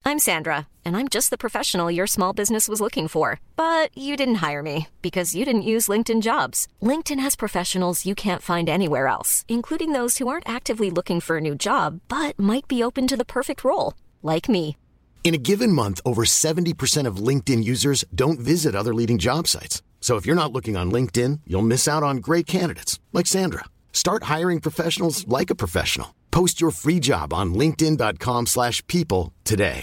I'm Sandra, and I'm just the professional your small business was looking for. But you didn't hire me because you didn't use LinkedIn Jobs. LinkedIn has professionals you can't find anywhere else, including those who aren't actively looking for a new job, but might be open to the perfect role, like me. In a given month, over 70% of LinkedIn users don't visit other leading job sites. So if you're not looking on LinkedIn, you'll miss out on great candidates like Sandra. Start hiring professionals like a professional. Post your free job on linkedin.com/people today.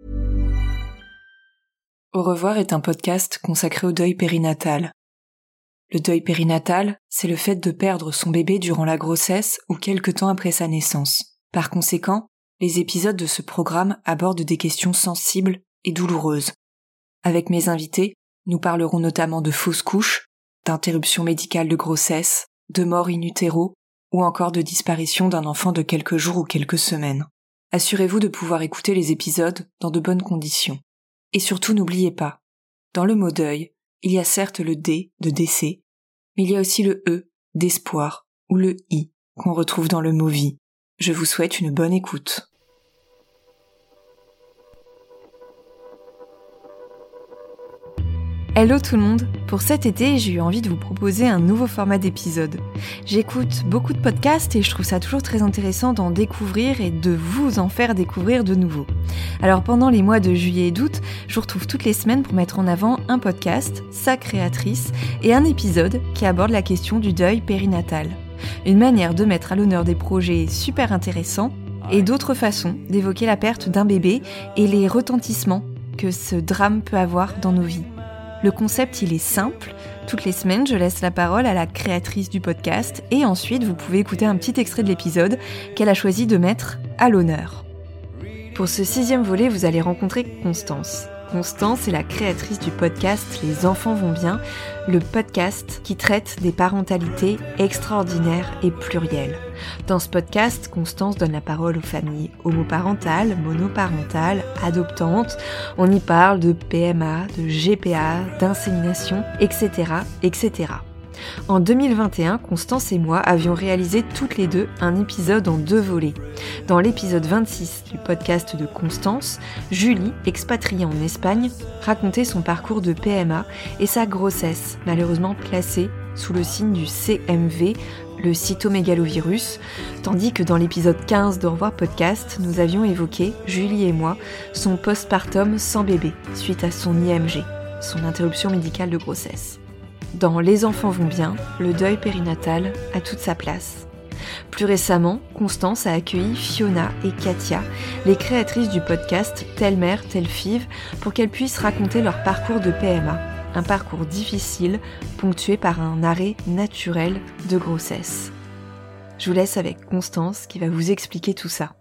Au revoir est un podcast consacré au deuil périnatal. Le deuil périnatal, c'est le fait de perdre son bébé durant la grossesse ou quelque temps après sa naissance. Par conséquent, les épisodes de ce programme abordent des questions sensibles et douloureuses. Avec mes invités, nous parlerons notamment de fausses couches, d'interruption médicale de grossesse, de mort in utero ou encore de disparition d'un enfant de quelques jours ou quelques semaines. Assurez-vous de pouvoir écouter les épisodes dans de bonnes conditions. Et surtout n'oubliez pas, dans le mot deuil, il y a certes le D de décès, mais il y a aussi le E d'espoir ou le I qu'on retrouve dans le mot vie. Je vous souhaite une bonne écoute. Hello tout le monde! Pour cet été, j'ai eu envie de vous proposer un nouveau format d'épisode. J'écoute beaucoup de podcasts et je trouve ça toujours très intéressant d'en découvrir et de vous en faire découvrir de nouveaux. Alors pendant les mois de juillet et d'août, je vous retrouve toutes les semaines pour mettre en avant un podcast, sa créatrice et un épisode qui aborde la question du deuil périnatal. Une manière de mettre à l'honneur des projets super intéressants et d'autres façons d'évoquer la perte d'un bébé et les retentissements que ce drame peut avoir dans nos vies. Le concept, il est simple. Toutes les semaines, je laisse la parole à la créatrice du podcast et ensuite, vous pouvez écouter un petit extrait de l'épisode qu'elle a choisi de mettre à l'honneur. Pour ce 6e volet, vous allez rencontrer Constance. Constance est la créatrice du podcast Les enfants vont bien, le podcast qui traite des parentalités extraordinaires et plurielles. Dans ce podcast, Constance donne la parole aux familles homoparentales, monoparentales, adoptantes. On y parle de PMA, de GPA, d'insémination, etc., etc. En 2021, Constance et moi avions réalisé toutes les deux un épisode en 2 volets. Dans l'épisode 26 du podcast de Constance, Julie, expatriée en Espagne, racontait son parcours de PMA et sa grossesse, malheureusement placée sous le signe du CMV, le cytomégalovirus, tandis que dans l'épisode 15 d'Au revoir podcast, nous avions évoqué, Julie et moi, son postpartum sans bébé, suite à son IMG, son interruption médicale de grossesse. Dans Les enfants vont bien, le deuil périnatal a toute sa place. Plus récemment, Constance a accueilli Fiona et Katia, les créatrices du podcast Telle mère, telle five, pour qu'elles puissent raconter leur parcours de PMA, un parcours difficile, ponctué par un arrêt naturel de grossesse. Je vous laisse avec Constance qui va vous expliquer tout ça.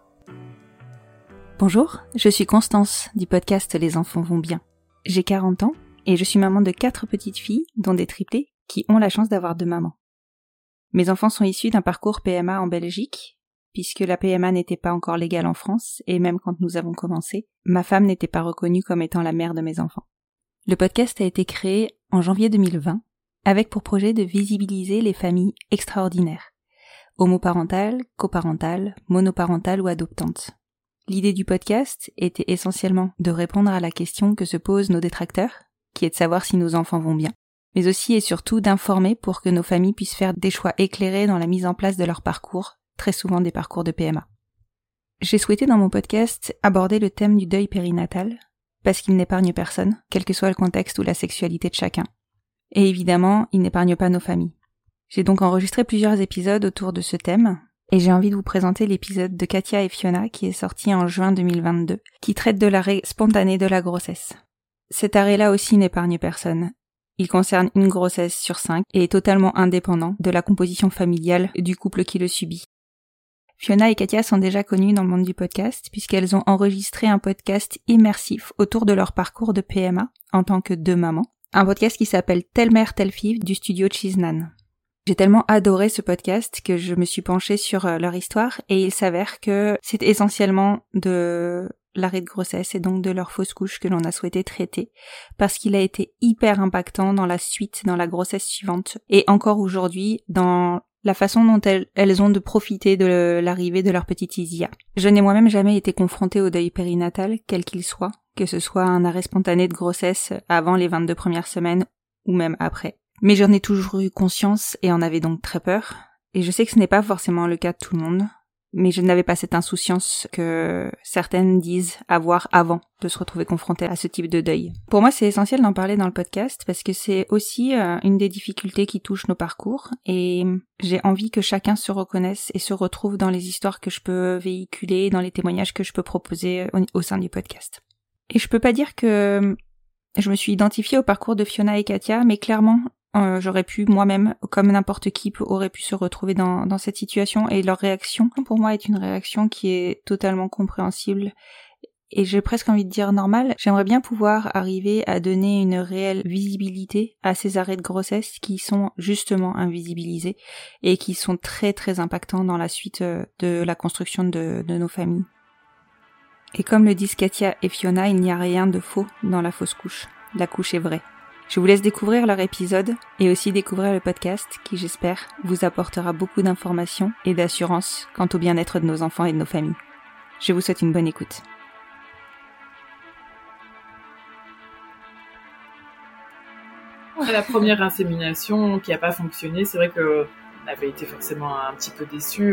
Bonjour, je suis Constance du podcast Les enfants vont bien. J'ai 40 ans. Et je suis maman de 4 petites filles, dont des triplés, qui ont la chance d'avoir 2 mamans. Mes enfants sont issus d'un parcours PMA en Belgique, puisque la PMA n'était pas encore légale en France, et même quand nous avons commencé, ma femme n'était pas reconnue comme étant la mère de mes enfants. Le podcast a été créé en janvier 2020, avec pour projet de visibiliser les familles extraordinaires, homoparentales, coparentales, monoparentales ou adoptantes. L'idée du podcast était essentiellement de répondre à la question que se posent nos détracteurs, qui est de savoir si nos enfants vont bien, mais aussi et surtout d'informer pour que nos familles puissent faire des choix éclairés dans la mise en place de leur parcours, très souvent des parcours de PMA. J'ai souhaité dans mon podcast aborder le thème du deuil périnatal, parce qu'il n'épargne personne, quel que soit le contexte ou la sexualité de chacun. Et évidemment, il n'épargne pas nos familles. J'ai donc enregistré plusieurs épisodes autour de ce thème, et j'ai envie de vous présenter l'épisode de Katia et Fiona qui est sorti en juin 2022, qui traite de l'arrêt spontané de la grossesse. Cet arrêt-là aussi n'épargne personne. Il concerne une grossesse sur 5 et est totalement indépendant de la composition familiale du couple qui le subit. Fiona et Katia sont déjà connues dans le monde du podcast puisqu'elles ont enregistré un podcast immersif autour de leur parcours de PMA en tant que 2 mamans. Un podcast qui s'appelle Telle mère, telle five du studio Chiznan. J'ai tellement adoré ce podcast que je me suis penchée sur leur histoire et il s'avère que c'est essentiellement de l'arrêt de grossesse et donc de leur fausse couche que l'on a souhaité traiter parce qu'il a été hyper impactant dans la suite, dans la grossesse suivante et encore aujourd'hui dans la façon dont elles ont de profiter de l'arrivée de leur petite Isia. Je n'ai moi-même jamais été confrontée au deuil périnatal, quel qu'il soit, que ce soit un arrêt spontané de grossesse avant les 22 premières semaines ou même après. Mais j'en ai toujours eu conscience et en avais donc très peur. Et je sais que ce n'est pas forcément le cas de tout le monde, mais je n'avais pas cette insouciance que certaines disent avoir avant de se retrouver confrontées à ce type de deuil. Pour moi, c'est essentiel d'en parler dans le podcast parce que c'est aussi une des difficultés qui touchent nos parcours et j'ai envie que chacun se reconnaisse et se retrouve dans les histoires que je peux véhiculer, dans les témoignages que je peux proposer au sein du podcast. Et je peux pas dire que je me suis identifiée au parcours de Fiona et Katia, mais clairement, j'aurais pu moi-même, comme n'importe qui aurait pu se retrouver dans cette situation, et leur réaction, pour moi, est une réaction qui est totalement compréhensible et j'ai presque envie de dire normale. J'aimerais bien pouvoir arriver à donner une réelle visibilité à ces arrêts de grossesse qui sont justement invisibilisés et qui sont très très impactants dans la suite de la construction de nos familles. Et comme le disent Katia et Fiona, il n'y a rien de faux dans la fausse couche. La couche est vraie. Je vous laisse découvrir leur épisode et aussi découvrir le podcast qui, j'espère, vous apportera beaucoup d'informations et d'assurance quant au bien-être de nos enfants et de nos familles. Je vous souhaite une bonne écoute. La première insémination qui n'a pas fonctionné, c'est vrai qu'on avait été forcément un petit peu déçus.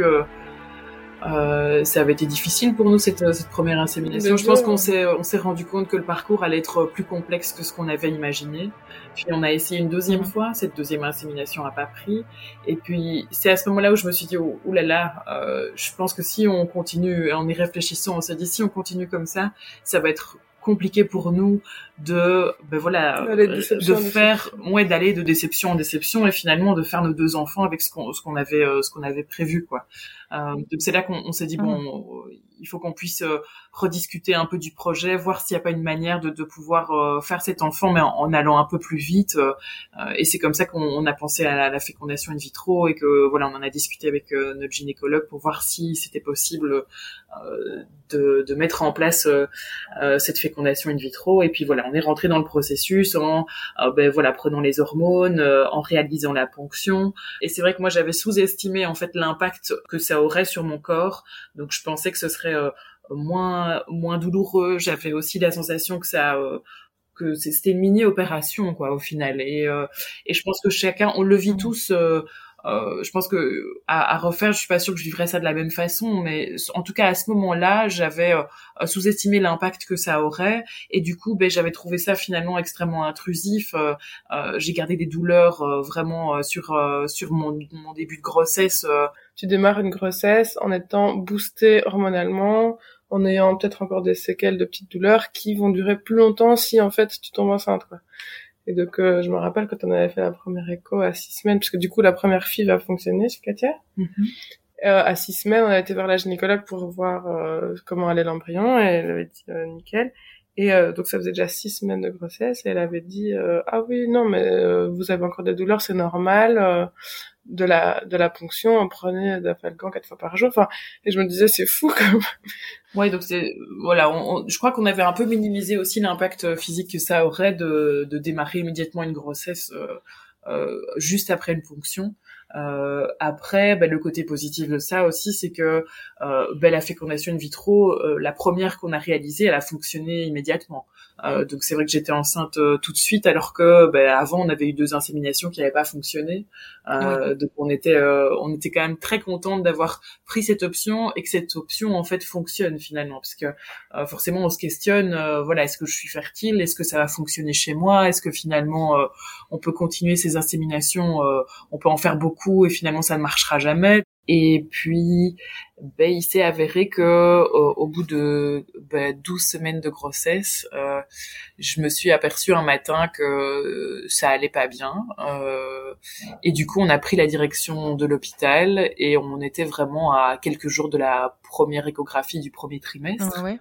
Ça avait été difficile pour nous cette première insémination. Je pense qu'on s'est rendu compte que le parcours allait être plus complexe que ce qu'on avait imaginé. Puis on a essayé une deuxième fois, cette deuxième insémination n'a pas pris. Et puis c'est à ce moment-là où je me suis dit oh là là, je pense que si on continue, en y réfléchissant, on s'est dit si on continue comme ça va être compliqué pour nous de d'aller de déception en déception et finalement de faire nos 2 enfants avec ce qu'on avait prévu quoi. Donc c'est là qu'on s'est dit bon, il faut qu'on puisse rediscuter un peu du projet, voir s'il n'y a pas une manière de pouvoir faire cet enfant mais en allant un peu plus vite et c'est comme ça qu'on a pensé à la fécondation in vitro et que voilà, on en a discuté avec notre gynécologue pour voir si c'était possible de mettre en place cette fécondation in vitro et puis voilà, on est rentré dans le processus en prenant les hormones, en réalisant la ponction et c'est vrai que moi j'avais sous-estimé en fait l'impact que ça aurait sur mon corps, donc je pensais que ce serait moins douloureux. J'avais aussi la sensation que c'était une mini opération quoi au final et je pense que chacun on le vit tous. Je pense que à refaire, je suis pas sûre que je vivrais ça de la même façon, mais en tout cas à ce moment-là, j'avais sous-estimé l'impact que ça aurait, et du coup, j'avais trouvé ça finalement extrêmement intrusif. J'ai gardé des douleurs vraiment sur mon début de grossesse. Tu démarres une grossesse en étant boosté hormonalement, en ayant peut-être encore des séquelles de petites douleurs qui vont durer plus longtemps si en fait tu tombes enceinte quoi. Et donc, je me rappelle quand on avait fait la première écho à 6 semaines, parce que du coup, la première fille va fonctionner chez Katia. À 6 semaines, on a été voir la gynécologue pour voir comment allait l'embryon, et elle avait dit nickel. Et donc, ça faisait déjà 6 semaines de grossesse, et elle avait dit ah oui, non, mais vous avez encore des douleurs, c'est normal. De la ponction, on prenait d'Afalgan 4 fois par jour. Enfin, et je me disais, c'est fou quand même. Ouais, donc je crois qu'on avait un peu minimisé aussi l'impact physique que ça aurait de démarrer immédiatement une grossesse juste après une ponction. Après, le côté positif de ça aussi, c'est que la fécondation in vitro, la première qu'on a réalisée, elle a fonctionné immédiatement. Donc c'est vrai que j'étais enceinte tout de suite, alors que avant on avait eu 2 inséminations qui n'avaient pas fonctionné. Donc on était quand même très contente d'avoir pris cette option et que cette option en fait fonctionne finalement, parce que forcément on se questionne, est-ce que je suis fertile, est-ce que ça va fonctionner chez moi, est-ce que finalement on peut continuer ces inséminations, on peut en faire beaucoup et finalement ça ne marchera jamais. Et puis, il s'est avéré que au bout de 12 semaines de grossesse, je me suis aperçue un matin que ça allait pas bien. Et du coup, on a pris la direction de l'hôpital et on était vraiment à quelques jours de la première échographie du premier trimestre. Ouais.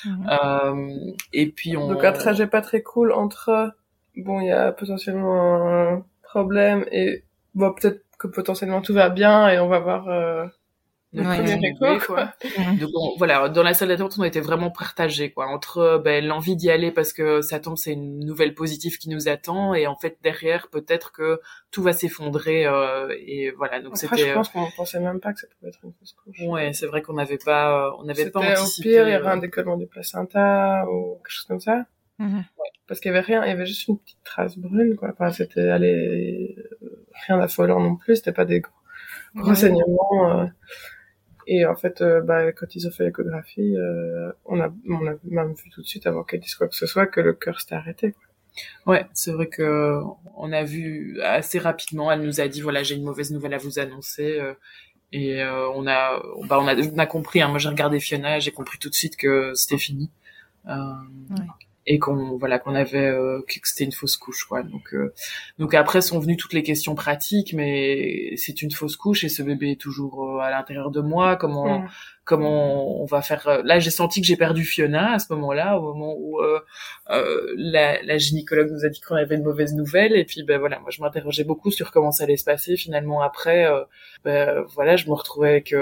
Et puis Donc un trajet pas très cool entre il y a potentiellement un problème et peut-être que potentiellement tout va bien et on va voir notre premier bébé, quoi. Donc voilà, dans la salle d'attente, on était vraiment partagés, quoi, entre l'envie d'y aller parce que ça tombe, c'est une nouvelle positive qui nous attend, et en fait derrière peut-être que tout va s'effondrer, et voilà. Donc après, c'était. Je pense qu'on pensait même pas que ça pouvait être une fausse couche. Ouais, c'est vrai qu'on n'avait pas anticipé. Au pire, il y avait un décollement du placenta ou quelque chose comme ça. Ouais. Parce qu'il y avait rien, il y avait juste une petite trace brune, quoi. Enfin, c'était rien d'affolant non plus, c'était pas des gros saignements. Et en fait, quand ils ont fait l'échographie, on a même vu tout de suite, avant qu'elle dise quoi que ce soit, que le cœur s'était arrêté, quoi. Ouais, c'est vrai que on a vu assez rapidement. Elle nous a dit voilà, j'ai une mauvaise nouvelle à vous annoncer. Et on a compris. Hein, moi, j'ai regardé Fiona, j'ai compris tout de suite que c'était fini. Et qu'on avait que c'était une fausse couche, quoi. Donc après sont venues toutes les questions pratiques, mais c'est une fausse couche et ce bébé est toujours à l'intérieur de moi. Comment on va faire? Là, j'ai senti que j'ai perdu Fiona à ce moment-là, au moment où la gynécologue nous a dit qu'on avait une mauvaise nouvelle. Et puis voilà, moi je m'interrogeais beaucoup sur comment ça allait se passer. Finalement après, voilà, je me retrouvais avec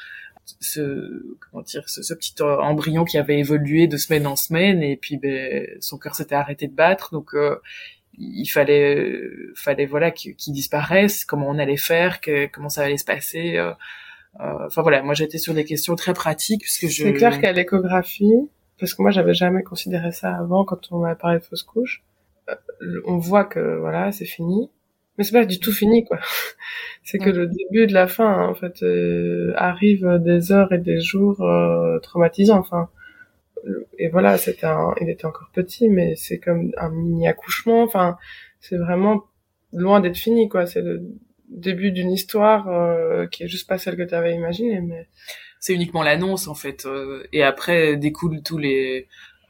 ce petit embryon qui avait évolué de semaine en semaine, et puis son cœur s'était arrêté de battre, donc il fallait voilà qu'il disparaisse. Comment on allait faire, comment ça allait se passer, enfin voilà, moi j'étais sur des questions très pratiques puisque c'est clair qu'à l'échographie, parce que moi j'avais jamais considéré ça avant, quand on m'avait parlé de fausse couche, on voit que voilà, c'est fini. Mais c'est pas du tout fini, quoi. C'est que le début de la fin, hein, en fait, arrivent des heures et des jours traumatisants. Enfin, et voilà, il était encore petit, mais c'est comme un mini accouchement. Enfin, c'est vraiment loin d'être fini, quoi. C'est le début d'une histoire qui est juste pas celle que tu avais imaginée, mais c'est uniquement l'annonce, en fait. Et après découlent tous les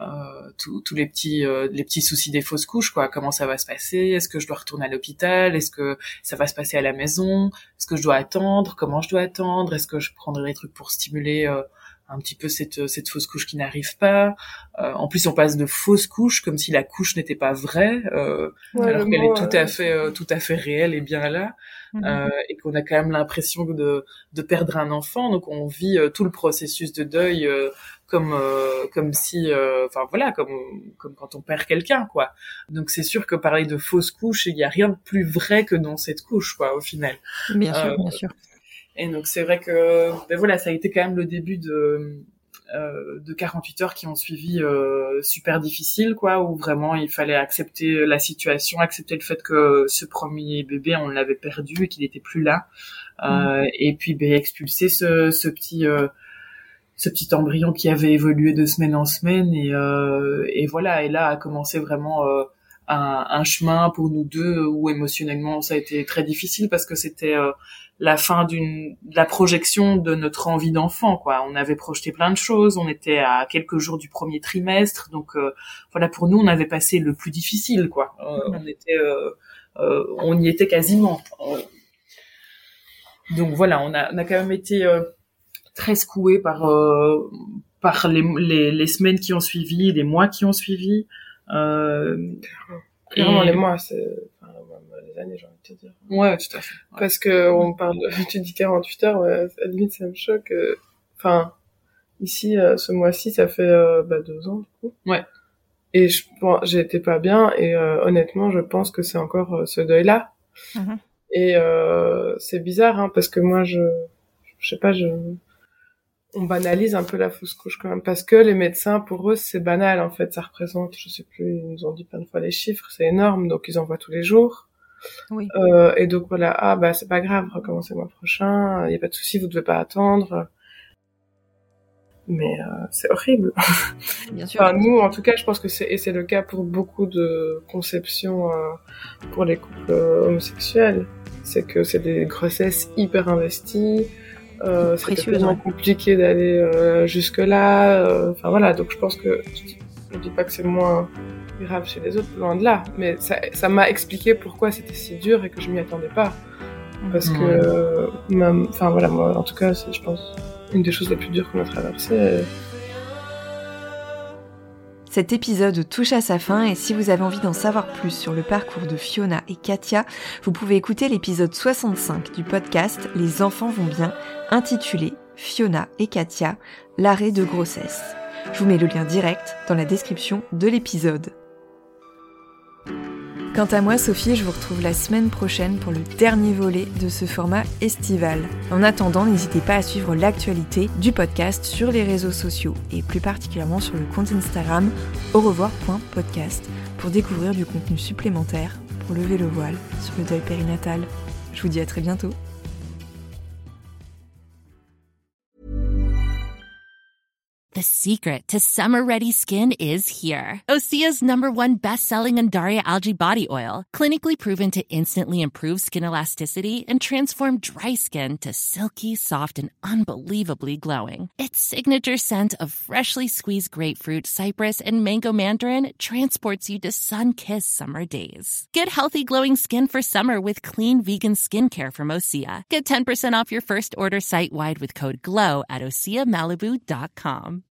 petits soucis des fausses couches, quoi. Comment ça va se passer? Est-ce que je dois retourner à l'hôpital? Est-ce que ça va se passer à la maison? Est-ce que je dois attendre? Comment je dois attendre? Est-ce que je prendrai des trucs pour stimuler un petit peu cette fausse couche qui n'arrive pas? En plus, on passe de fausse couche comme si la couche n'était pas vraie, alors qu'elle est tout à fait réelle et bien là. Et qu'on a quand même l'impression de perdre un enfant, donc on vit tout le processus de deuil comme si enfin voilà, comme quand on perd quelqu'un, quoi. Donc c'est sûr que parler de fausse couche, il y a rien de plus vrai que dans cette couche, quoi, au final. Bien sûr. Et donc c'est vrai que voilà, ça a été quand même le début de 48 heures qui ont suivi super difficile, quoi, où vraiment il fallait accepter la situation, accepter le fait que ce premier bébé on l'avait perdu et qu'il était plus là, et puis expulser ce petit embryon qui avait évolué de semaine en semaine, et voilà, et là a commencé vraiment un chemin pour nous deux où émotionnellement ça a été très difficile parce que c'était la fin de la projection de notre envie d'enfant, quoi. On avait projeté plein de choses, on était à quelques jours du premier trimestre, donc voilà, pour nous on avait passé le plus difficile, quoi. On y était quasiment. Donc voilà, on a quand même été très secoués par les semaines qui ont suivi, les mois qui ont suivi. Clairement, les mois, c'est les années, j'ai envie de te dire. Ouais, tout à fait. Ouais. Parce que on parle, tu dis 48 heures, ouais, à la limite, ça me choque. Enfin, ici, ce mois-ci, ça fait 2 ans, du coup. Ouais. Et j'étais pas bien, et honnêtement, je pense que c'est encore ce deuil-là. Et c'est bizarre, hein, parce que moi, je sais pas, on banalise un peu la fausse couche quand même, parce que les médecins, pour eux, c'est banal, en fait. Ça représente, je sais plus, ils nous ont dit plein de fois les chiffres, c'est énorme, donc ils en voient tous les jours. Oui. Et donc voilà, c'est pas grave, recommencez le mois prochain, y a pas de souci, vous devez pas attendre. Mais c'est horrible. Bien sûr. Enfin, nous, en tout cas, je pense que c'est le cas pour beaucoup de conceptions pour les couples homosexuels. C'est que c'est des grossesses hyper investies. C'est tellement compliqué d'aller jusque-là. Enfin voilà, donc je pense que je dis pas que c'est moins grave chez les autres, loin de là. Mais ça m'a expliqué pourquoi c'était si dur et que je m'y attendais pas. Parce que, enfin voilà, moi, en tout cas, c'est, je pense, une des choses les plus dures qu'on a traversées. Cet épisode touche à sa fin et si vous avez envie d'en savoir plus sur le parcours de Fiona et Katia, vous pouvez écouter l'épisode 65 du podcast Les enfants vont bien, intitulé Fiona et Katia, l'arrêt de grossesse. Je vous mets le lien direct dans la description de l'épisode. Quant à moi, Sophie, je vous retrouve la semaine prochaine pour le dernier volet de ce format estival. En attendant, n'hésitez pas à suivre l'actualité du podcast sur les réseaux sociaux et plus particulièrement sur le compte Instagram aurevoir.podcast pour découvrir du contenu supplémentaire pour lever le voile sur le deuil périnatal. Je vous dis à très bientôt. The secret to summer-ready skin is here. Osea's #1 best-selling Undaria Algae Body Oil, clinically proven to instantly improve skin elasticity and transform dry skin to silky, soft, and unbelievably glowing. Its signature scent of freshly squeezed grapefruit, cypress, and mango mandarin transports you to sun-kissed summer days. Get healthy, glowing skin for summer with clean vegan skincare from Osea. Get 10% off your first order site-wide with code GLOW at OseaMalibu.com.